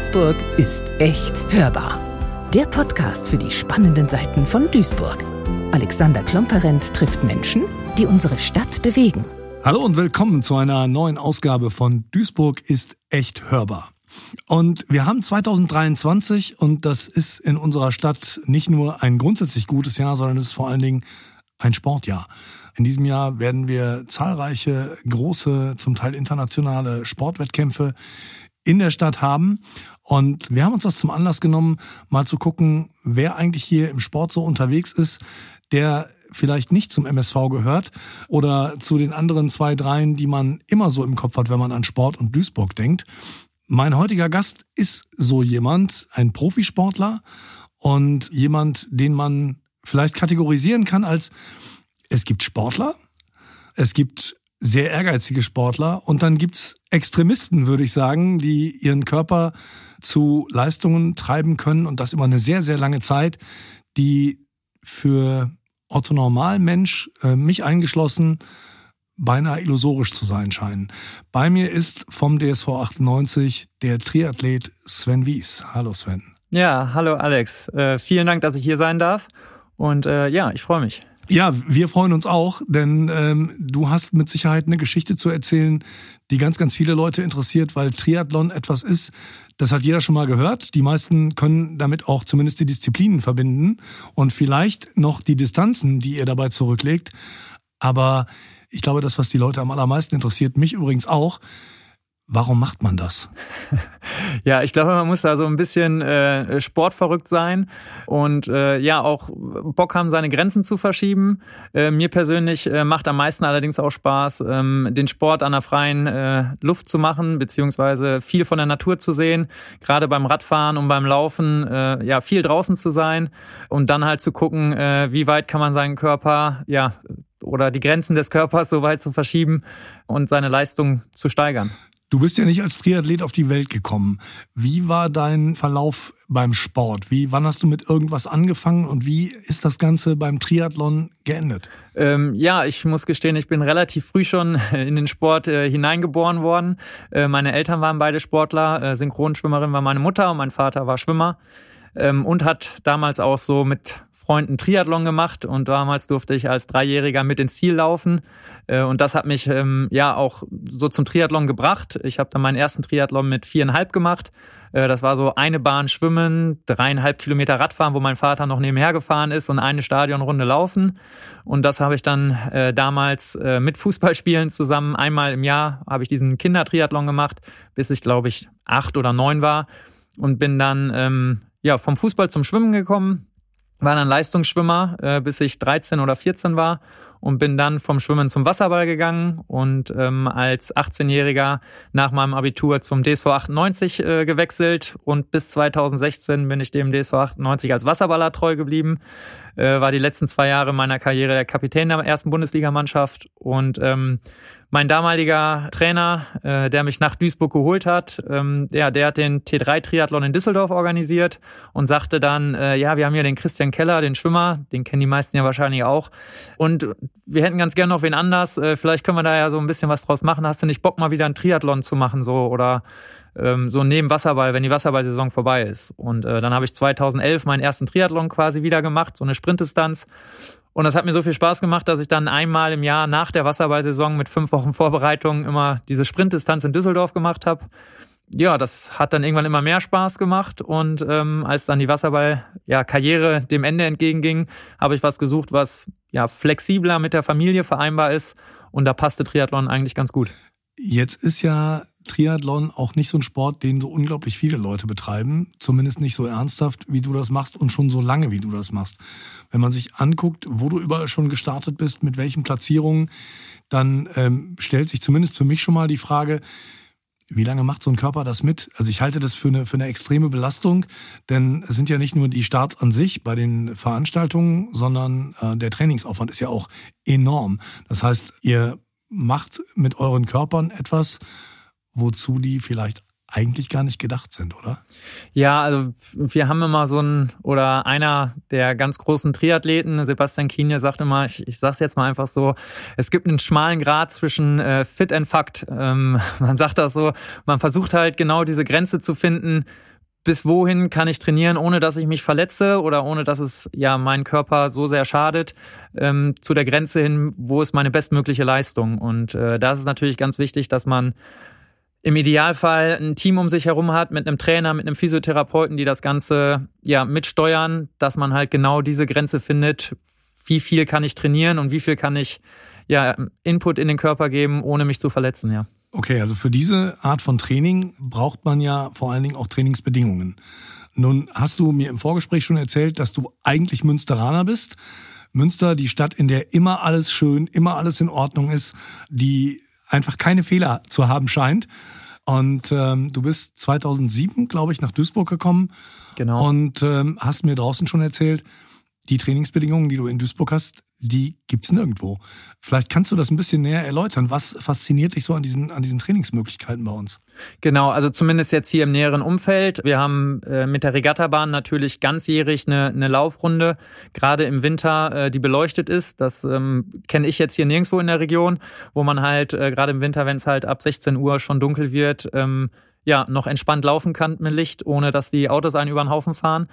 Duisburg ist echt hörbar. Der Podcast für die spannenden Seiten von Duisburg. Alexander Klomperent trifft Menschen, die unsere Stadt bewegen. Hallo und willkommen zu einer neuen Ausgabe von Duisburg ist echt hörbar. Und wir haben 2023 und das ist in unserer Stadt nicht nur ein grundsätzlich gutes Jahr, sondern es ist vor allen Dingen ein Sportjahr. In diesem Jahr werden wir zahlreiche große, zum Teil internationale Sportwettkämpfe in der Stadt haben. Und wir haben uns das zum Anlass genommen, mal zu gucken, wer eigentlich hier im Sport so unterwegs ist, der vielleicht nicht zum MSV gehört oder zu den anderen 2, 3, die man immer so im Kopf hat, wenn man an Sport und Duisburg denkt. Mein heutiger Gast ist so jemand, ein Profisportler und jemand, den man vielleicht kategorisieren kann als: Es gibt Sportler, es gibt sehr ehrgeizige Sportler und dann gibt's Extremisten, würde ich sagen, die ihren Körper zu Leistungen treiben können und das über eine sehr, sehr lange Zeit, die für Otto Normalmensch, mich eingeschlossen, beinahe illusorisch zu sein scheinen. Bei mir ist vom DSV 98 der Triathlet Sven Wies. Hallo Sven. Ja, hallo Alex. Vielen Dank, dass ich hier sein darf und ich freue mich. Ja, wir freuen uns auch, denn du hast mit Sicherheit eine Geschichte zu erzählen, die ganz, ganz viele Leute interessiert, weil Triathlon etwas ist, das hat jeder schon mal gehört. Die meisten können damit auch zumindest die Disziplinen verbinden und vielleicht noch die Distanzen, die ihr dabei zurücklegt. Aber ich glaube, das, was die Leute am allermeisten interessiert, mich übrigens auch: Warum macht man das? Ja, ich glaube, man muss da so ein bisschen sportverrückt sein und auch Bock haben, seine Grenzen zu verschieben. Mir persönlich macht am meisten allerdings auch Spaß, den Sport an der freien Luft zu machen, beziehungsweise viel von der Natur zu sehen. Gerade beim Radfahren und beim Laufen, viel draußen zu sein und dann halt zu gucken, wie weit kann man seinen Körper, oder die Grenzen des Körpers so weit zu verschieben und seine Leistung zu steigern. Du bist ja nicht als Triathlet auf die Welt gekommen. Wie war dein Verlauf beim Sport? Wann hast du mit irgendwas angefangen und wie ist das Ganze beim Triathlon geendet? Ich muss gestehen, ich bin relativ früh schon in den Sport hineingeboren worden. Meine Eltern waren beide Sportler. Synchronschwimmerin war meine Mutter und mein Vater war Schwimmer. Und hat damals auch so mit Freunden Triathlon gemacht und damals durfte ich als 3-Jähriger mit ins Ziel laufen und das hat mich auch so zum Triathlon gebracht. Ich habe dann meinen ersten Triathlon mit 4,5 gemacht. Das war so eine Bahn Schwimmen, 3,5 Kilometer Radfahren, wo mein Vater noch nebenher gefahren ist und eine Stadionrunde laufen. Und das habe ich dann damals mit Fußballspielen zusammen einmal im Jahr habe ich diesen Kindertriathlon gemacht, bis ich glaube ich 8 oder 9 war und bin dann vom Fußball zum Schwimmen gekommen, war dann Leistungsschwimmer, bis ich 13 oder 14 war und bin dann vom Schwimmen zum Wasserball gegangen und als 18-Jähriger nach meinem Abitur zum DSV 98 gewechselt und bis 2016 bin ich dem DSV 98 als Wasserballer treu geblieben. War die letzten 2 Jahre meiner Karriere der Kapitän der ersten Bundesligamannschaft und mein damaliger Trainer, der mich nach Duisburg geholt hat, der hat den T3-Triathlon in Düsseldorf organisiert und sagte dann, wir haben hier den Christian Keller, den Schwimmer, den kennen die meisten ja wahrscheinlich auch. Und wir hätten ganz gerne noch wen anders, vielleicht können wir da ja so ein bisschen was draus machen. Hast du nicht Bock, mal wieder einen Triathlon zu machen so oder so neben Wasserball, wenn die Wasserballsaison vorbei ist? Und dann habe ich 2011 meinen ersten Triathlon quasi wieder gemacht, so eine Sprintdistanz. Und das hat mir so viel Spaß gemacht, dass ich dann einmal im Jahr nach der Wasserballsaison mit 5 Wochen Vorbereitung immer diese Sprintdistanz in Düsseldorf gemacht habe. Ja, das hat dann irgendwann immer mehr Spaß gemacht und als dann die Wasserball-Karriere dem Ende entgegenging, habe ich was gesucht, was flexibler mit der Familie vereinbar ist und da passte Triathlon eigentlich ganz gut. Jetzt ist ja Triathlon auch nicht so ein Sport, den so unglaublich viele Leute betreiben, zumindest nicht so ernsthaft, wie du das machst und schon so lange, wie du das machst. Wenn man sich anguckt, wo du überall schon gestartet bist, mit welchen Platzierungen, dann stellt sich zumindest für mich schon mal die Frage, wie lange macht so ein Körper das mit? Also ich halte das für eine extreme Belastung, denn es sind ja nicht nur die Starts an sich bei den Veranstaltungen, sondern der Trainingsaufwand ist ja auch enorm. Das heißt, ihr macht mit euren Körpern etwas, wozu die vielleicht eigentlich gar nicht gedacht sind, oder? Ja, also wir haben immer einer der ganz großen Triathleten, Sebastian Kienle, sagt immer, ich sag's jetzt mal einfach so, es gibt einen schmalen Grat zwischen fit and fucked. Man sagt das so, man versucht halt genau diese Grenze zu finden, bis wohin kann ich trainieren, ohne dass ich mich verletze oder ohne dass es ja meinen Körper so sehr schadet, zu der Grenze hin, wo ist meine bestmögliche Leistung. Und da ist es natürlich ganz wichtig, dass man im Idealfall ein Team um sich herum hat, mit einem Trainer, mit einem Physiotherapeuten, die das Ganze ja mitsteuern, dass man halt genau diese Grenze findet, wie viel kann ich trainieren und wie viel kann ich ja Input in den Körper geben, ohne mich zu verletzen, ja. Okay, also für diese Art von Training braucht man ja vor allen Dingen auch Trainingsbedingungen. Nun hast du mir im Vorgespräch schon erzählt, dass du eigentlich Münsteraner bist. Münster, die Stadt, in der immer alles schön, immer alles in Ordnung ist, die einfach keine Fehler zu haben scheint. Und du bist 2007, glaube ich, nach Duisburg gekommen. Genau. Und hast mir draußen schon erzählt, die Trainingsbedingungen, die du in Duisburg hast, die gibt's nirgendwo. Vielleicht kannst du das ein bisschen näher erläutern. Was fasziniert dich so an diesen Trainingsmöglichkeiten bei uns? Genau, also zumindest jetzt hier im näheren Umfeld. Wir haben mit der Regattabahn natürlich ganzjährig eine Laufrunde, gerade im Winter, die beleuchtet ist. Das kenne ich jetzt hier nirgendwo in der Region, wo man halt gerade im Winter, wenn es halt ab 16 Uhr schon dunkel wird, noch entspannt laufen kann mit Licht, ohne dass die Autos einen über den Haufen fahren.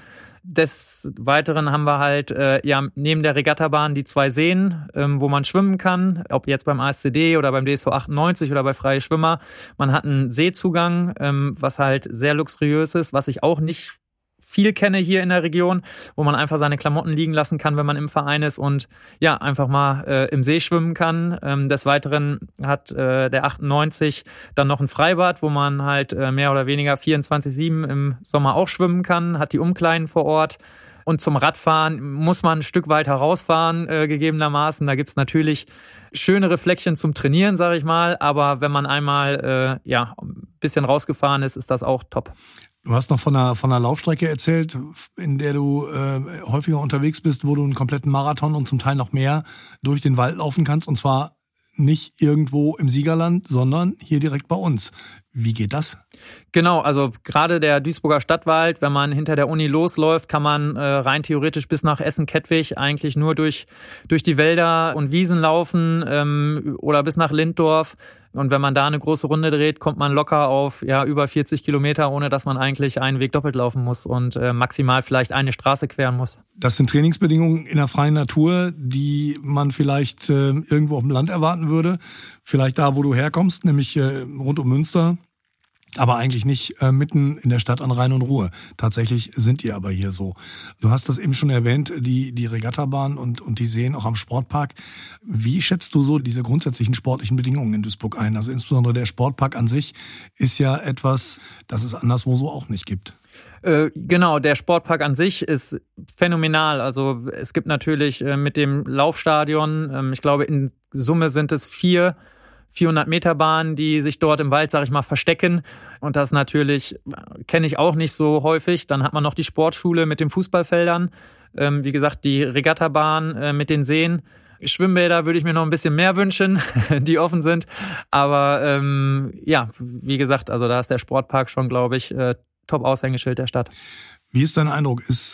Des Weiteren haben wir halt neben der Regattabahn die 2 Seen, wo man schwimmen kann, ob jetzt beim ASCD oder beim DSV 98 oder bei Freie Schwimmer. Man hat einen Seezugang, was halt sehr luxuriös ist, was ich auch nicht viel kenne hier in der Region, wo man einfach seine Klamotten liegen lassen kann, wenn man im Verein ist und ja, einfach mal im See schwimmen kann. Des Weiteren hat der 98 dann noch ein Freibad, wo man halt mehr oder weniger 24/7 im Sommer auch schwimmen kann, hat die Umkleiden vor Ort. Und zum Radfahren muss man ein Stück weit herausfahren, gegebenermaßen. Da gibt's natürlich schönere Fleckchen zum Trainieren, sage ich mal. Aber wenn man einmal ein bisschen rausgefahren ist, ist das auch top. Du hast noch von einer Laufstrecke erzählt, in der du häufiger unterwegs bist, wo du einen kompletten Marathon und zum Teil noch mehr durch den Wald laufen kannst. Und zwar nicht irgendwo im Siegerland, sondern hier direkt bei uns. Wie geht das? Genau, also gerade der Duisburger Stadtwald, wenn man hinter der Uni losläuft, kann man rein theoretisch bis nach Essen-Kettwig eigentlich nur durch die Wälder und Wiesen laufen oder bis nach Linddorf. Und wenn man da eine große Runde dreht, kommt man locker auf über 40 Kilometer, ohne dass man eigentlich einen Weg doppelt laufen muss und maximal vielleicht eine Straße queren muss. Das sind Trainingsbedingungen in der freien Natur, die man vielleicht irgendwo auf dem Land erwarten würde. Vielleicht da, wo du herkommst, nämlich rund um Münster. Aber eigentlich nicht mitten in der Stadt an Rhein und Ruhr. Tatsächlich sind die aber hier so. Du hast das eben schon erwähnt, die Regattabahn und die Seen auch am Sportpark. Wie schätzt du so diese grundsätzlichen sportlichen Bedingungen in Duisburg ein? Also insbesondere der Sportpark an sich ist ja etwas, das es anderswo so auch nicht gibt. Genau, der Sportpark an sich ist phänomenal. Also es gibt natürlich mit dem Laufstadion, ich glaube in Summe sind es 400 Meter Bahnen, die sich dort im Wald, sag ich mal, verstecken. Und das natürlich kenne ich auch nicht so häufig. Dann hat man noch die Sportschule mit den Fußballfeldern. Wie gesagt, die Regattabahn mit den Seen. Schwimmbäder würde ich mir noch ein bisschen mehr wünschen, die offen sind. Aber wie gesagt, also da ist der Sportpark schon, glaube ich, Top-Aushängeschild der Stadt. Wie ist dein Eindruck? Ist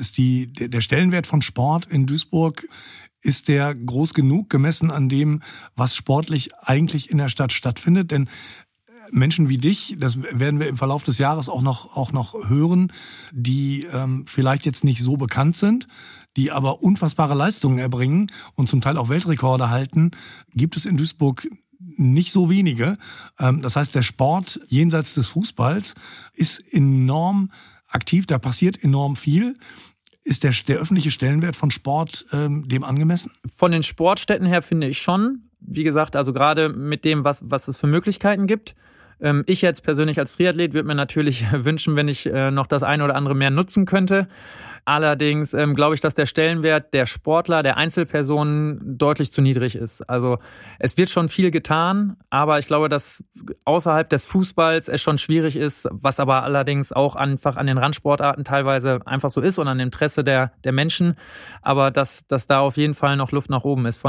der Stellenwert von Sport in Duisburg, ist der groß genug gemessen an dem, was sportlich eigentlich in der Stadt stattfindet? Denn Menschen wie dich, das werden wir im Verlauf des Jahres auch noch hören, die vielleicht jetzt nicht so bekannt sind, die aber unfassbare Leistungen erbringen und zum Teil auch Weltrekorde halten, gibt es in Duisburg nicht so wenige. Das heißt, der Sport jenseits des Fußballs ist enorm aktiv, da passiert enorm viel. Ist der öffentliche Stellenwert von Sport dem angemessen? Von den Sportstätten her finde ich schon. Wie gesagt, also gerade mit dem, was es für Möglichkeiten gibt. Ich jetzt persönlich als Triathlet würde mir natürlich wünschen, wenn ich noch das eine oder andere mehr nutzen könnte. Allerdings glaube ich, dass der Stellenwert der Sportler, der Einzelpersonen deutlich zu niedrig ist. Also es wird schon viel getan, aber ich glaube, dass außerhalb des Fußballs es schon schwierig ist, was aber allerdings auch einfach an den Randsportarten teilweise einfach so ist und an dem Interesse der Menschen. Aber dass da auf jeden Fall noch Luft nach oben ist.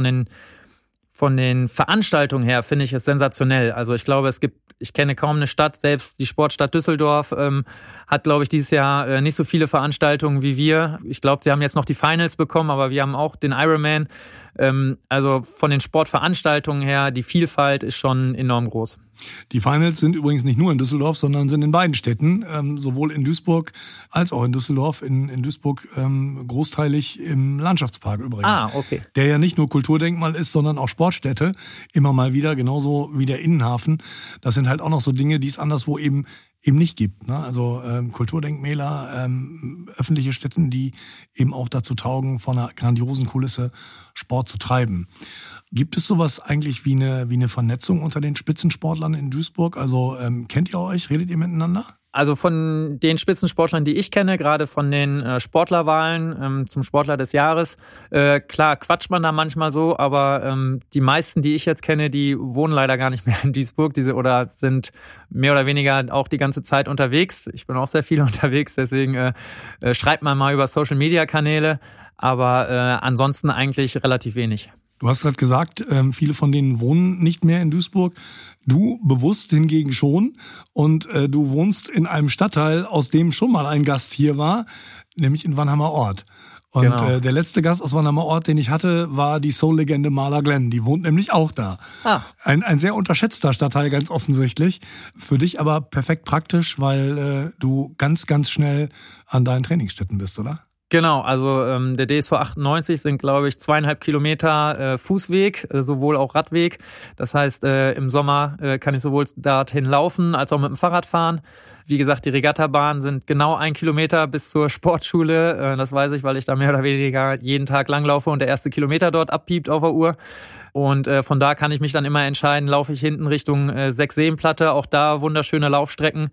Von den Veranstaltungen her finde ich es sensationell. Also ich glaube, ich kenne kaum eine Stadt, selbst die Sportstadt Düsseldorf hat, glaube ich, dieses Jahr nicht so viele Veranstaltungen wie wir. Ich glaube, sie haben jetzt noch die Finals bekommen, aber wir haben auch den Ironman. Also von den Sportveranstaltungen her, die Vielfalt ist schon enorm groß. Die Finals sind übrigens nicht nur in Düsseldorf, sondern sind in beiden Städten, sowohl in Duisburg als auch in Düsseldorf. In Duisburg großteilig im Landschaftspark übrigens. Okay. Der ja nicht nur Kulturdenkmal ist, sondern auch Sportstätte. Immer mal wieder, genauso wie der Innenhafen. Das sind halt auch noch so Dinge, die es anderswo eben nicht gibt. Ne? Also Kulturdenkmäler, öffentliche Stätten, die eben auch dazu taugen, von einer grandiosen Kulisse Sport zu treiben. Gibt es sowas eigentlich wie eine Vernetzung unter den Spitzensportlern in Duisburg? Also kennt ihr euch? Redet ihr miteinander? Also von den Spitzensportlern, die ich kenne, gerade von den Sportlerwahlen zum Sportler des Jahres, klar quatscht man da manchmal so, aber die meisten, die ich jetzt kenne, die wohnen leider gar nicht mehr in Duisburg oder sind mehr oder weniger auch die ganze Zeit unterwegs. Ich bin auch sehr viel unterwegs, deswegen schreibt man mal über Social-Media-Kanäle, aber ansonsten eigentlich relativ wenig. Du hast gerade gesagt, viele von denen wohnen nicht mehr in Duisburg. Du bewusst hingegen schon. Und du wohnst in einem Stadtteil, aus dem schon mal ein Gast hier war, nämlich in Wannheimer Ort. Und genau. Der letzte Gast aus Wannheimer Ort, den ich hatte, war die Soul-Legende Marla Glenn. Die wohnt nämlich auch da. Ein sehr unterschätzter Stadtteil, ganz offensichtlich. Für dich aber perfekt praktisch, weil du ganz, ganz schnell an deinen Trainingsstätten bist, oder? Genau, also der DSV 98 sind, glaube ich, 2,5 Kilometer Fußweg, sowohl auch Radweg. Das heißt, im Sommer kann ich sowohl dorthin laufen als auch mit dem Fahrrad fahren. Wie gesagt, die Regattabahnen sind genau 1 Kilometer bis zur Sportschule. Das weiß ich, weil ich da mehr oder weniger jeden Tag langlaufe und der erste Kilometer dort abpiept auf der Uhr. Und von da kann ich mich dann immer entscheiden, laufe ich hinten Richtung Sechsseenplatte, auch da wunderschöne Laufstrecken.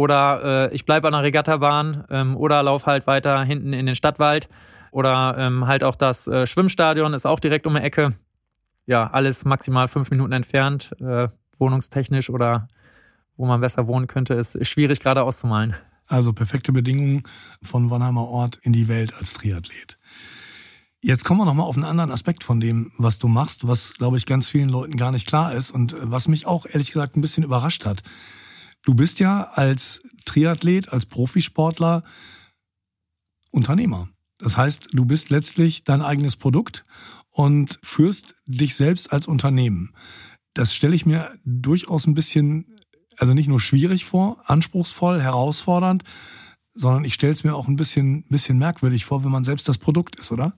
Oder ich bleibe an der Regattabahn oder laufe halt weiter hinten in den Stadtwald. Oder halt auch das Schwimmstadion ist auch direkt um die Ecke. Ja, alles maximal 5 Minuten entfernt, wohnungstechnisch oder wo man besser wohnen könnte, ist schwierig gerade auszumalen. Also perfekte Bedingungen von Wannheimer Ort in die Welt als Triathlet. Jetzt kommen wir nochmal auf einen anderen Aspekt von dem, was du machst, was, glaube ich, ganz vielen Leuten gar nicht klar ist und was mich auch, ehrlich gesagt, ein bisschen überrascht hat. Du bist ja als Triathlet, als Profisportler Unternehmer. Das heißt, du bist letztlich dein eigenes Produkt und führst dich selbst als Unternehmen. Das stelle ich mir durchaus ein bisschen, also nicht nur schwierig vor, anspruchsvoll, herausfordernd, sondern ich stelle es mir auch ein bisschen merkwürdig vor, wenn man selbst das Produkt ist, oder?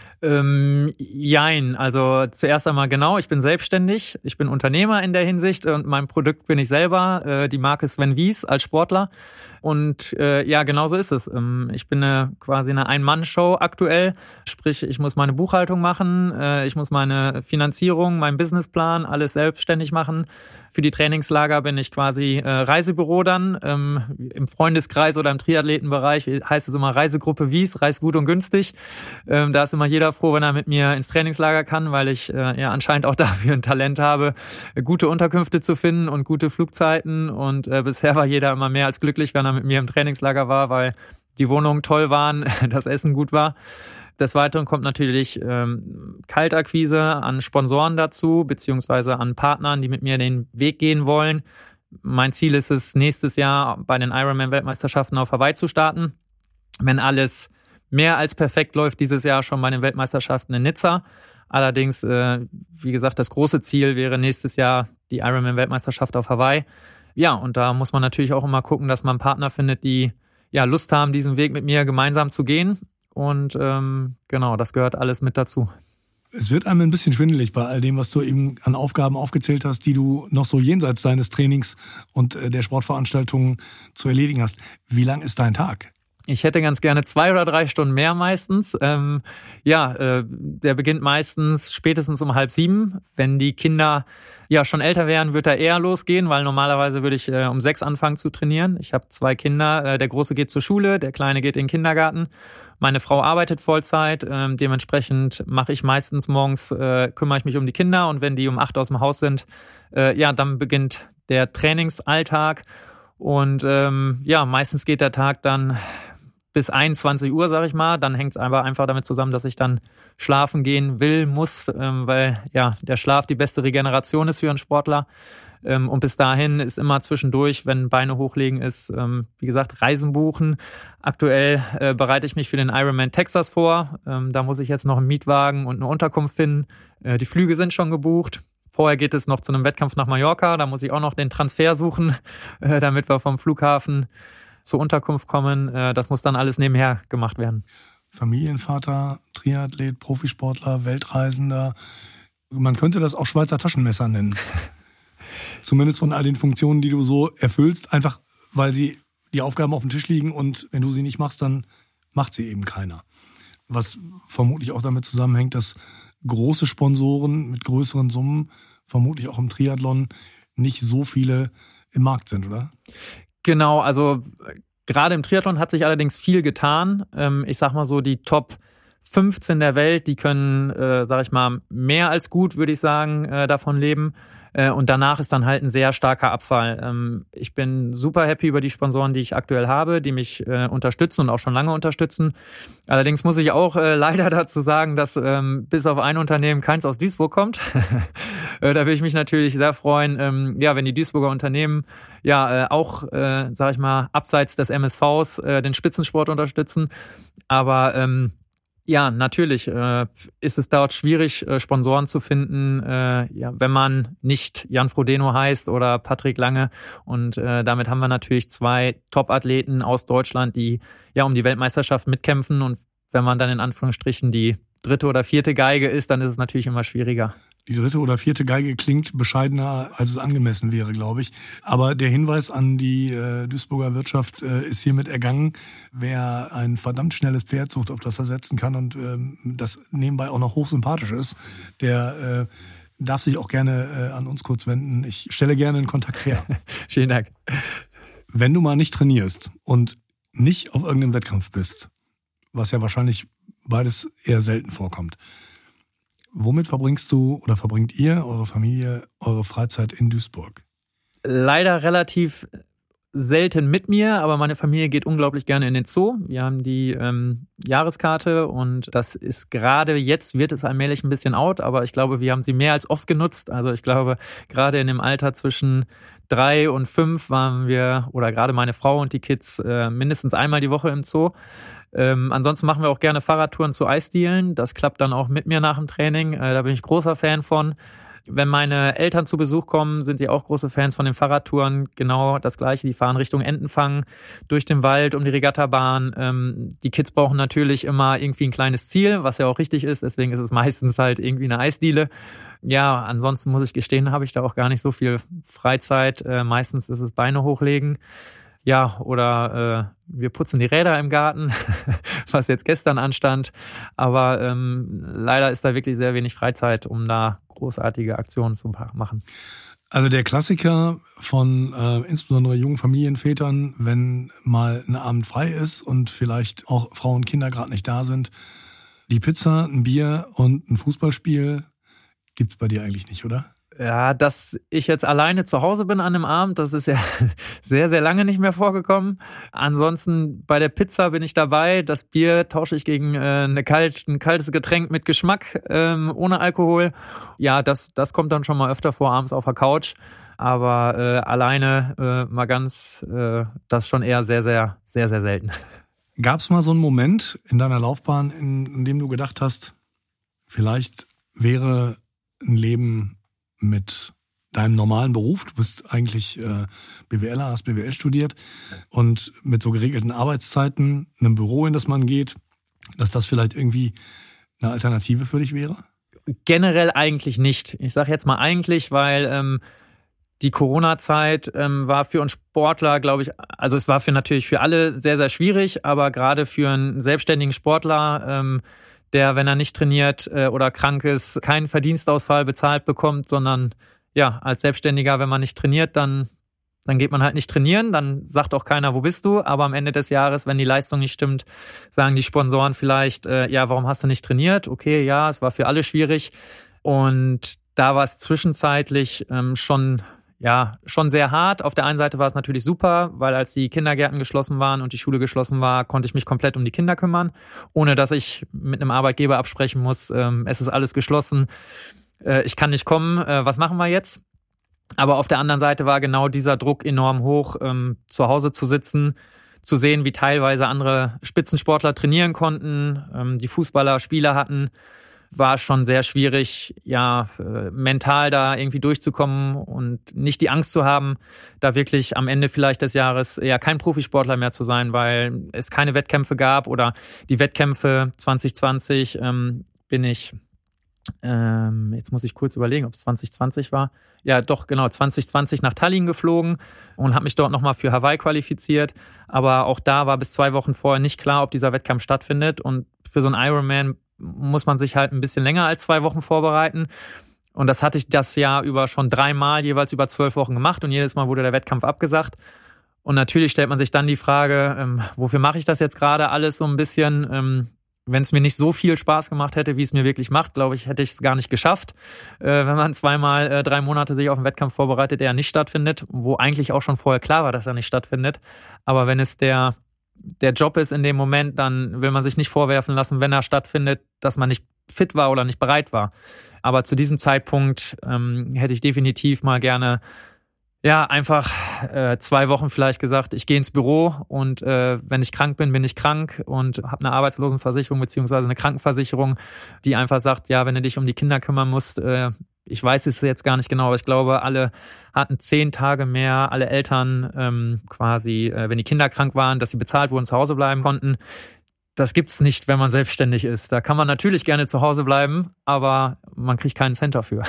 Jein, also zuerst einmal genau, ich bin selbstständig, ich bin Unternehmer in der Hinsicht und mein Produkt bin ich selber, die Marke Sven Wies als Sportler und ja, genau so ist es. Ich bin quasi eine Ein-Mann-Show aktuell, sprich ich muss meine Buchhaltung machen, ich muss meine Finanzierung, meinen Businessplan, alles selbstständig machen. Für die Trainingslager bin ich quasi Reisebüro dann, im Freundeskreis oder im Triathletenbereich heißt es immer Reisegruppe Wies, reist gut und günstig, da ist immer jeder froh, wenn er mit mir ins Trainingslager kann, weil ich ja anscheinend auch dafür ein Talent habe, gute Unterkünfte zu finden und gute Flugzeiten. Und bisher war jeder immer mehr als glücklich, wenn er mit mir im Trainingslager war, weil die Wohnungen toll waren, das Essen gut war. Des Weiteren kommt natürlich Kaltakquise an Sponsoren dazu, beziehungsweise an Partnern, die mit mir den Weg gehen wollen. Mein Ziel ist es, nächstes Jahr bei den Ironman-Weltmeisterschaften auf Hawaii zu starten. Wenn alles mehr als perfekt läuft, dieses Jahr schon bei den Weltmeisterschaften in Nizza. Allerdings, wie gesagt, das große Ziel wäre nächstes Jahr die Ironman-Weltmeisterschaft auf Hawaii. Ja, und da muss man natürlich auch immer gucken, dass man Partner findet, die ja Lust haben, diesen Weg mit mir gemeinsam zu gehen. Und genau, das gehört alles mit dazu. Es wird einem ein bisschen schwindelig bei all dem, was du eben an Aufgaben aufgezählt hast, die du noch so jenseits deines Trainings und der Sportveranstaltungen zu erledigen hast. Wie lang ist dein Tag? Ich hätte ganz gerne 2 oder 3 Stunden mehr meistens. Der beginnt meistens spätestens um 6:30. Wenn die Kinder ja schon älter wären, wird er eher losgehen, weil normalerweise würde ich um 6 anfangen zu trainieren. Ich habe 2 Kinder. Der Große geht zur Schule, der Kleine geht in den Kindergarten. Meine Frau arbeitet Vollzeit. Dementsprechend mache ich meistens morgens, kümmere ich mich um die Kinder. Und wenn die um 8 aus dem Haus sind, dann beginnt der Trainingsalltag. Und meistens geht der Tag dann bis 21 Uhr, sag ich mal. Dann hängt es aber einfach damit zusammen, dass ich dann schlafen gehen will, muss, weil ja der Schlaf die beste Regeneration ist für einen Sportler. Und bis dahin ist immer zwischendurch, wenn Beine hochlegen ist, wie gesagt, Reisen buchen. Aktuell bereite ich mich für den Ironman Texas vor. Da muss ich jetzt noch einen Mietwagen und eine Unterkunft finden. Die Flüge sind schon gebucht. Vorher geht es noch zu einem Wettkampf nach Mallorca. Da muss ich auch noch den Transfer suchen, damit wir vom Flughafen zur Unterkunft kommen. Das muss dann alles nebenher gemacht werden. Familienvater, Triathlet, Profisportler, Weltreisender. Man könnte das auch Schweizer Taschenmesser nennen. Zumindest von all den Funktionen, die du so erfüllst, einfach weil sie die Aufgaben auf dem Tisch liegen und wenn du sie nicht machst, dann macht sie eben keiner. Was vermutlich auch damit zusammenhängt, dass große Sponsoren mit größeren Summen, vermutlich auch im Triathlon, nicht so viele im Markt sind, oder? Genau, also gerade im Triathlon hat sich allerdings viel getan. Ich sag mal so, die Top 15 der Welt, die können, sag ich mal, mehr als gut, würde ich sagen, davon leben. Und danach ist dann halt ein sehr starker Abfall. Ich bin super happy über die Sponsoren, die ich aktuell habe, die mich unterstützen und auch schon lange unterstützen. Allerdings muss ich auch leider dazu sagen, dass bis auf ein Unternehmen keins aus Duisburg kommt. Da würde ich mich natürlich sehr freuen, wenn die Duisburger Unternehmen auch, sag ich mal, abseits des MSVs den Spitzensport unterstützen. Aber natürlich ist es dort schwierig, Sponsoren zu finden, wenn man nicht Jan Frodeno heißt oder Patrick Lange. Und damit haben wir natürlich 2 Top-Athleten aus Deutschland, die um die Weltmeisterschaft mitkämpfen. Und wenn man dann in Anführungsstrichen die 3. oder 4. Geige ist, dann ist es natürlich immer schwieriger. Die 3. oder 4. Geige klingt bescheidener, als es angemessen wäre, glaube ich. Aber der Hinweis an die Duisburger Wirtschaft ist hiermit ergangen. Wer ein verdammt schnelles Pferd sucht, auf das er setzen kann und das nebenbei auch noch hochsympathisch ist, der darf sich auch gerne an uns kurz wenden. Ich stelle gerne einen Kontakt her. Vielen Dank. Wenn du mal nicht trainierst und nicht auf irgendeinem Wettkampf bist, was ja wahrscheinlich beides eher selten vorkommt, womit verbringst du oder verbringt ihr, eure Familie, eure Freizeit in Duisburg? Leider relativ selten mit mir, aber meine Familie geht unglaublich gerne in den Zoo. Wir haben die Jahreskarte und das ist gerade jetzt, wird es allmählich ein bisschen out, aber ich glaube, wir haben sie mehr als oft genutzt. Also ich glaube, gerade in dem Alter zwischen 3 und 5 waren wir, oder gerade meine Frau und die Kids, mindestens einmal die Woche im Zoo. Ansonsten machen wir auch gerne Fahrradtouren zu Eisdielen. Das klappt dann auch mit mir nach dem Training. Da bin ich großer Fan von. Wenn meine Eltern zu Besuch kommen, sind die auch große Fans von den Fahrradtouren. Genau das Gleiche. Die fahren Richtung Entenfang durch den Wald um die Regattabahn. Die Kids brauchen natürlich immer irgendwie ein kleines Ziel, was ja auch richtig ist. Deswegen ist es meistens halt irgendwie eine Eisdiele. Ja, ansonsten muss ich gestehen, habe ich da auch gar nicht so viel Freizeit. Meistens ist es Beine hochlegen. Ja, oder wir putzen die Räder im Garten, was jetzt gestern anstand. Aber leider ist da wirklich sehr wenig Freizeit, um da großartige Aktionen zu machen. Also der Klassiker von insbesondere jungen Familienvätern, wenn mal ein Abend frei ist und vielleicht auch Frau und Kinder gerade nicht da sind, die Pizza, ein Bier und ein Fußballspiel gibt's bei dir eigentlich nicht, oder? Ja, dass ich jetzt alleine zu Hause bin an einem Abend, das ist ja sehr, sehr lange nicht mehr vorgekommen. Ansonsten bei der Pizza bin ich dabei. Das Bier tausche ich gegen ein kaltes Getränk mit Geschmack, ohne Alkohol. Ja, das kommt dann schon mal öfter vor, abends auf der Couch. Aber alleine mal ganz, das schon eher sehr, sehr, sehr, sehr selten. Gab's mal so einen Moment in deiner Laufbahn, in dem du gedacht hast, vielleicht wäre ein Leben mit deinem normalen Beruf, du bist eigentlich BWLer, hast BWL studiert und mit so geregelten Arbeitszeiten, einem Büro, in das man geht, dass das vielleicht irgendwie eine Alternative für dich wäre? Generell eigentlich nicht. Ich sage jetzt mal eigentlich, weil die Corona-Zeit war für uns Sportler, glaube ich, also es war natürlich für alle sehr, sehr schwierig, aber gerade für einen selbstständigen Sportler, der, wenn er nicht trainiert oder krank ist, keinen Verdienstausfall bezahlt bekommt, sondern ja, als Selbstständiger, wenn man nicht trainiert, dann geht man halt nicht trainieren, dann sagt auch keiner, wo bist du, aber am Ende des Jahres, wenn die Leistung nicht stimmt, sagen die Sponsoren vielleicht, warum hast du nicht trainiert? Okay, ja, es war für alle schwierig und da war es zwischenzeitlich schon ja, schon sehr hart. Auf der einen Seite war es natürlich super, weil als die Kindergärten geschlossen waren und die Schule geschlossen war, konnte ich mich komplett um die Kinder kümmern, ohne dass ich mit einem Arbeitgeber absprechen muss, es ist alles geschlossen, ich kann nicht kommen, was machen wir jetzt? Aber auf der anderen Seite war genau dieser Druck enorm hoch, zu Hause zu sitzen, zu sehen, wie teilweise andere Spitzensportler trainieren konnten, die Fußballer Spiele hatten, war schon sehr schwierig, ja, mental da irgendwie durchzukommen und nicht die Angst zu haben, da wirklich am Ende vielleicht des Jahres ja kein Profisportler mehr zu sein, weil es keine Wettkämpfe gab oder die Wettkämpfe 2020 bin ich, jetzt muss ich kurz überlegen, ob es 2020 war. Ja, doch, genau, 2020 nach Tallinn geflogen und habe mich dort nochmal für Hawaii qualifiziert. Aber auch da war bis 2 Wochen vorher nicht klar, ob dieser Wettkampf stattfindet. Und für so einen Ironman muss man sich halt ein bisschen länger als 2 Wochen vorbereiten. Und das hatte ich das Jahr über schon 3 Mal, jeweils über 12 Wochen gemacht. Und jedes Mal wurde der Wettkampf abgesagt. Und natürlich stellt man sich dann die Frage, wofür mache ich das jetzt gerade alles so ein bisschen? Wenn es mir nicht so viel Spaß gemacht hätte, wie es mir wirklich macht, glaube ich, hätte ich es gar nicht geschafft. Wenn man 2-mal 3 Monate sich auf einen Wettkampf vorbereitet, der nicht stattfindet, wo eigentlich auch schon vorher klar war, dass er nicht stattfindet. Aber wenn es der Job ist in dem Moment, dann will man sich nicht vorwerfen lassen, wenn er stattfindet, dass man nicht fit war oder nicht bereit war. Aber zu diesem Zeitpunkt hätte ich definitiv mal gerne einfach 2 Wochen vielleicht gesagt, ich gehe ins Büro und wenn ich krank bin, bin ich krank und habe eine Arbeitslosenversicherung beziehungsweise eine Krankenversicherung, die einfach sagt, ja, wenn du dich um die Kinder kümmern musst, ich weiß es jetzt gar nicht genau, aber ich glaube, alle hatten 10 Tage mehr, alle Eltern quasi, wenn die Kinder krank waren, dass sie bezahlt wurden, zu Hause bleiben konnten. Das gibt's nicht, wenn man selbstständig ist. Da kann man natürlich gerne zu Hause bleiben, aber man kriegt keinen Cent dafür.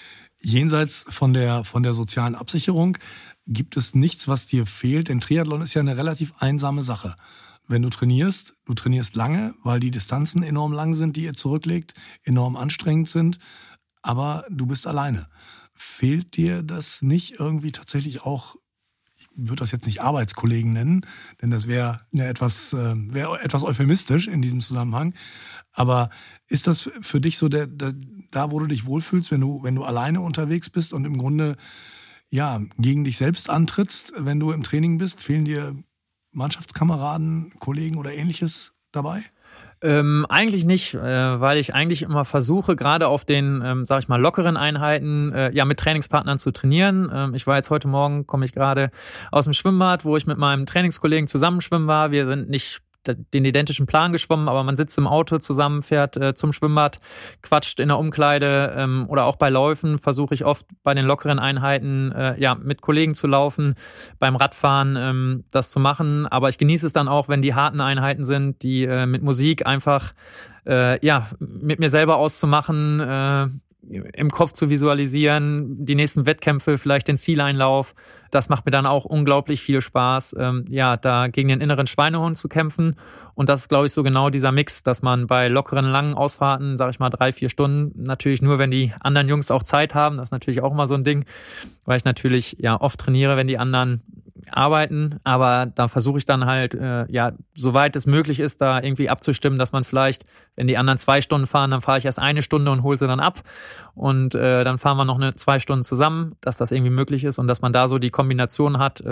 Jenseits von der sozialen Absicherung gibt es nichts, was dir fehlt, denn Triathlon ist ja eine relativ einsame Sache. Wenn du trainierst lange, weil die Distanzen enorm lang sind, die ihr zurücklegt, enorm anstrengend sind, aber du bist alleine. Fehlt dir das nicht irgendwie tatsächlich auch, ich würde das jetzt nicht Arbeitskollegen nennen, denn das wäre ja etwas euphemistisch in diesem Zusammenhang, aber ist das für dich so da, wo du dich wohlfühlst, wenn du alleine unterwegs bist und im Grunde ja gegen dich selbst antrittst, wenn du im Training bist? Fehlen dir Mannschaftskameraden, Kollegen oder Ähnliches dabei? Eigentlich nicht, weil ich eigentlich immer versuche, gerade auf den, sag ich mal, lockeren Einheiten, mit Trainingspartnern zu trainieren. Ich war jetzt heute Morgen, komme ich gerade aus dem Schwimmbad, wo ich mit meinem Trainingskollegen zusammen schwimmen war. Wir sind nicht den identischen Plan geschwommen, aber man sitzt im Auto zusammen, fährt zum Schwimmbad, quatscht in der Umkleide oder auch bei Läufen versuche ich oft bei den lockeren Einheiten mit Kollegen zu laufen, beim Radfahren das zu machen, aber ich genieße es dann auch, wenn die harten Einheiten sind, die mit Musik einfach mit mir selber auszumachen, im Kopf zu visualisieren, die nächsten Wettkämpfe, vielleicht den Zieleinlauf. Das macht mir dann auch unglaublich viel Spaß, da gegen den inneren Schweinehund zu kämpfen. Und das ist, glaube ich, so genau dieser Mix, dass man bei lockeren, langen Ausfahrten, sage ich mal 3-4 Stunden, natürlich nur, wenn die anderen Jungs auch Zeit haben, das ist natürlich auch immer so ein Ding, weil ich natürlich oft trainiere, wenn die anderen arbeiten, aber da versuche ich dann halt, soweit es möglich ist, da irgendwie abzustimmen, dass man vielleicht, wenn die anderen 2 Stunden fahren, dann fahre ich erst 1 Stunde und hole sie dann ab und dann fahren wir noch 2 Stunden zusammen, dass das irgendwie möglich ist und dass man da so die Kombination hat,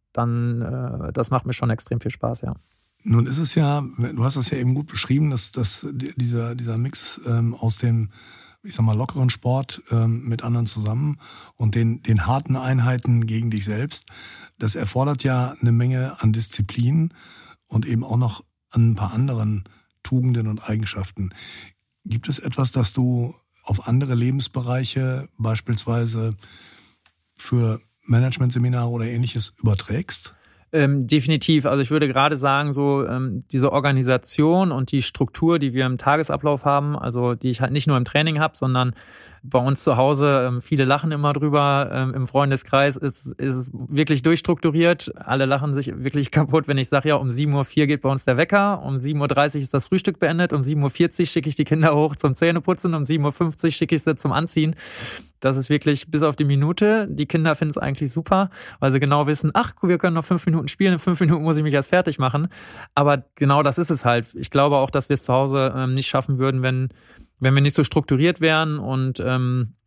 das macht mir schon extrem viel Spaß, ja. Nun ist es ja, du hast es ja eben gut beschrieben, dass dieser Mix aus dem, ich sag mal, lockeren Sport mit anderen zusammen und den harten Einheiten gegen dich selbst, das erfordert ja eine Menge an Disziplin und eben auch noch an ein paar anderen Tugenden und Eigenschaften. Gibt es etwas, das du auf andere Lebensbereiche, beispielsweise für Managementseminare oder Ähnliches, überträgst? Definitiv. Also ich würde gerade sagen, so diese Organisation und die Struktur, die wir im Tagesablauf haben, also die ich halt nicht nur im Training habe, sondern bei uns zu Hause, viele lachen immer drüber, im Freundeskreis ist es wirklich durchstrukturiert. Alle lachen sich wirklich kaputt, wenn ich sage, um 7:04 Uhr geht bei uns der Wecker, um 7:30 Uhr ist das Frühstück beendet, um 7:40 Uhr schicke ich die Kinder hoch zum Zähneputzen, um 7:50 Uhr schicke ich sie zum Anziehen. Das ist wirklich bis auf die Minute. Die Kinder finden es eigentlich super, weil sie genau wissen, wir können noch 5 Minuten spielen, in 5 Minuten muss ich mich erst fertig machen. Aber genau das ist es halt. Ich glaube auch, dass wir es zu Hause nicht schaffen würden, wenn wir nicht so strukturiert wären und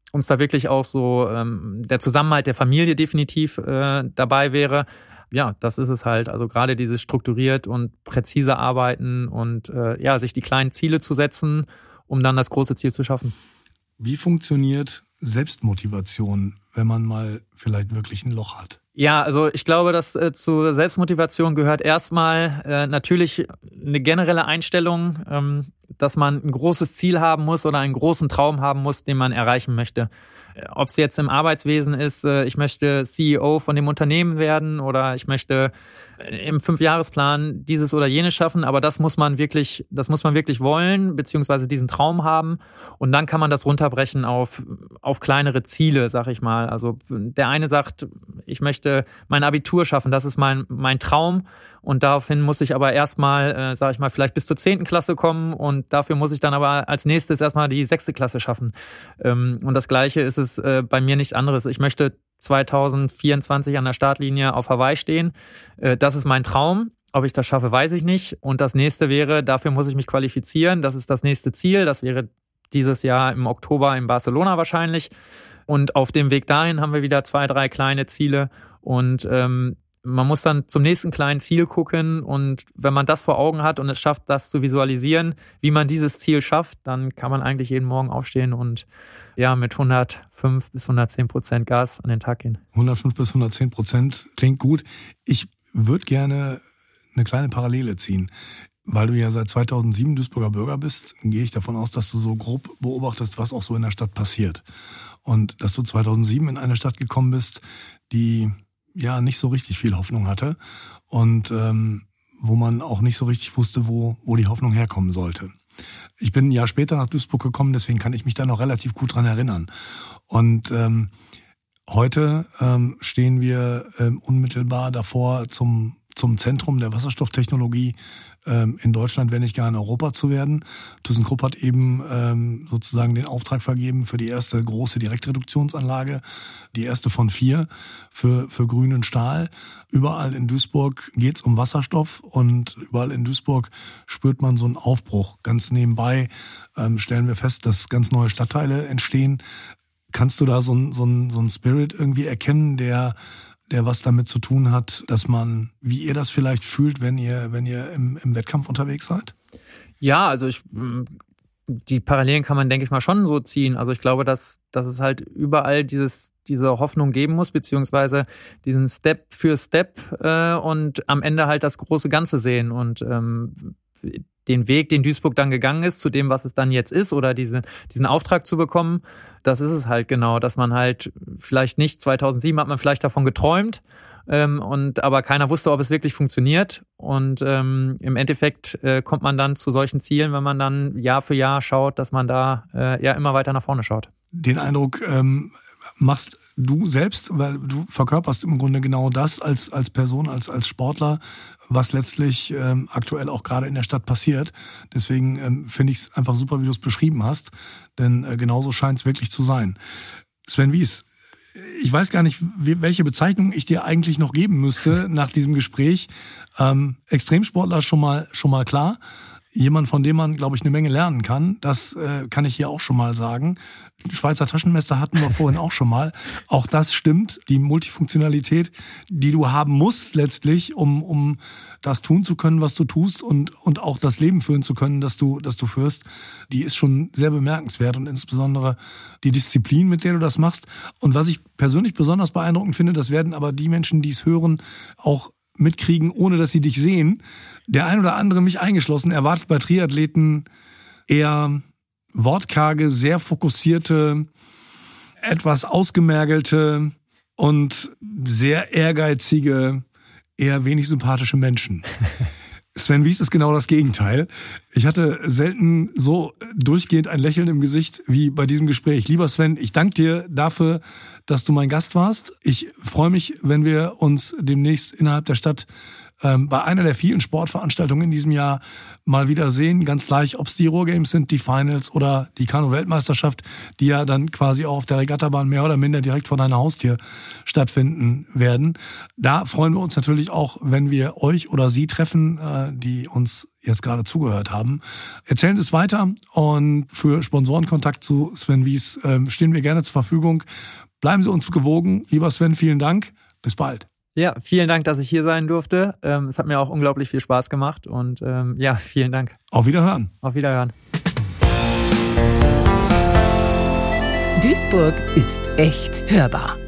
uns da wirklich auch so der Zusammenhalt der Familie definitiv dabei wäre. Ja, das ist es halt. Also gerade dieses strukturiert und präzise arbeiten und sich die kleinen Ziele zu setzen, um dann das große Ziel zu schaffen. Wie funktioniert Selbstmotivation, wenn man mal vielleicht wirklich ein Loch hat? Ja, also ich glaube, dass zur Selbstmotivation gehört erstmal natürlich eine generelle Einstellung, dass man ein großes Ziel haben muss oder einen großen Traum haben muss, den man erreichen möchte. Ob es jetzt im Arbeitswesen ist, ich möchte CEO von dem Unternehmen werden oder ich möchte im 5-Jahresplan dieses oder jenes schaffen, aber das muss man wirklich wollen, beziehungsweise diesen Traum haben. Und dann kann man das runterbrechen auf kleinere Ziele, sag ich mal. Also der eine sagt, ich möchte mein Abitur schaffen, das ist mein Traum. Und daraufhin muss ich aber erstmal, sag ich mal, vielleicht bis zur 10. Klasse kommen und dafür muss ich dann aber als nächstes erstmal die 6. Klasse schaffen. Und das Gleiche ist es bei mir nicht anderes. Ich möchte 2024 an der Startlinie auf Hawaii stehen. Das ist mein Traum. Ob ich das schaffe, weiß ich nicht. Und das nächste wäre, dafür muss ich mich qualifizieren. Das ist das nächste Ziel. Das wäre dieses Jahr im Oktober in Barcelona wahrscheinlich. Und auf dem Weg dahin haben wir wieder 2, 3 kleine Ziele. Und man muss dann zum nächsten kleinen Ziel gucken. Und wenn man das vor Augen hat und es schafft, das zu visualisieren, wie man dieses Ziel schafft, dann kann man eigentlich jeden Morgen aufstehen und mit 105 bis 110% Gas an den Tag gehen. 105 bis 110% klingt gut. Ich würde gerne eine kleine Parallele ziehen. Weil du ja seit 2007 Duisburger Bürger bist, gehe ich davon aus, dass du so grob beobachtest, was auch so in der Stadt passiert. Und dass du 2007 in eine Stadt gekommen bist, die ja nicht so richtig viel Hoffnung hatte und wo man auch nicht so richtig wusste, wo die Hoffnung herkommen sollte. Ich bin ein Jahr später nach Duisburg gekommen, deswegen kann ich mich da noch relativ gut dran erinnern. Und heute stehen wir unmittelbar davor, zum Zentrum der Wasserstofftechnologie in Deutschland, wenn nicht gar in Europa zu werden. ThyssenKrupp hat eben sozusagen den Auftrag vergeben für die erste große Direktreduktionsanlage, die erste von 4 für grünen Stahl. Überall in Duisburg geht's um Wasserstoff und überall in Duisburg spürt man so einen Aufbruch. Ganz nebenbei stellen wir fest, dass ganz neue Stadtteile entstehen. Kannst du da so einen Spirit irgendwie erkennen, der was damit zu tun hat, dass man, wie ihr das vielleicht fühlt, wenn ihr im Wettkampf unterwegs seid? Ja, also die Parallelen kann man, denke ich mal, schon so ziehen. Also ich glaube, dass es halt überall diese Hoffnung geben muss, beziehungsweise diesen Step für Step und am Ende halt das große Ganze sehen und den Weg, den Duisburg dann gegangen ist, zu dem, was es dann jetzt ist, oder diesen Auftrag zu bekommen, das ist es halt genau, dass man halt vielleicht nicht, 2007 hat man vielleicht davon geträumt, aber keiner wusste, ob es wirklich funktioniert. Und im Endeffekt kommt man dann zu solchen Zielen, wenn man dann Jahr für Jahr schaut, dass man da immer weiter nach vorne schaut. Den Eindruck machst du selbst, weil du verkörperst im Grunde genau das als Person, als Sportler, was letztlich aktuell auch gerade in der Stadt passiert. Deswegen finde ich es einfach super, wie du es beschrieben hast, denn genauso scheint es wirklich zu sein. Sven Wies, ich weiß gar nicht, welche Bezeichnung ich dir eigentlich noch geben müsste nach diesem Gespräch. Extremsportler schon mal klar. Jemand, von dem man, glaube ich, eine Menge lernen kann. Das kann ich hier auch schon mal sagen. Schweizer Taschenmesser hatten wir vorhin auch schon mal. Auch das stimmt. Die Multifunktionalität, die du haben musst letztlich, um das tun zu können, was du tust und auch das Leben führen zu können, das du führst, die ist schon sehr bemerkenswert und insbesondere die Disziplin, mit der du das machst. Und was ich persönlich besonders beeindruckend finde, das werden aber die Menschen, die es hören, auch mitkriegen, ohne dass sie dich sehen. Der ein oder andere, mich eingeschlossen, erwartet bei Triathleten eher wortkarge, sehr fokussierte, etwas ausgemergelte und sehr ehrgeizige, eher wenig sympathische Menschen. Sven Wies ist genau das Gegenteil. Ich hatte selten so durchgehend ein Lächeln im Gesicht wie bei diesem Gespräch. Lieber Sven, ich danke dir dafür, dass du mein Gast warst. Ich freue mich, wenn wir uns demnächst innerhalb der Stadt bei einer der vielen Sportveranstaltungen in diesem Jahr mal wieder sehen. Ganz gleich, ob es die Ruhrgames sind, die Finals oder die Kanu-Weltmeisterschaft, die ja dann quasi auch auf der Regattabahn mehr oder minder direkt vor deiner Haustür stattfinden werden. Da freuen wir uns natürlich auch, wenn wir euch oder Sie treffen, die uns jetzt gerade zugehört haben. Erzählen Sie es weiter und für Sponsorenkontakt zu Sven Wies stehen wir gerne zur Verfügung. Bleiben Sie uns gewogen. Lieber Sven, vielen Dank. Bis bald. Ja, vielen Dank, dass ich hier sein durfte. Es hat mir auch unglaublich viel Spaß gemacht und ja, vielen Dank. Auf Wiederhören. Auf Wiederhören. Duisburg ist echt hörbar.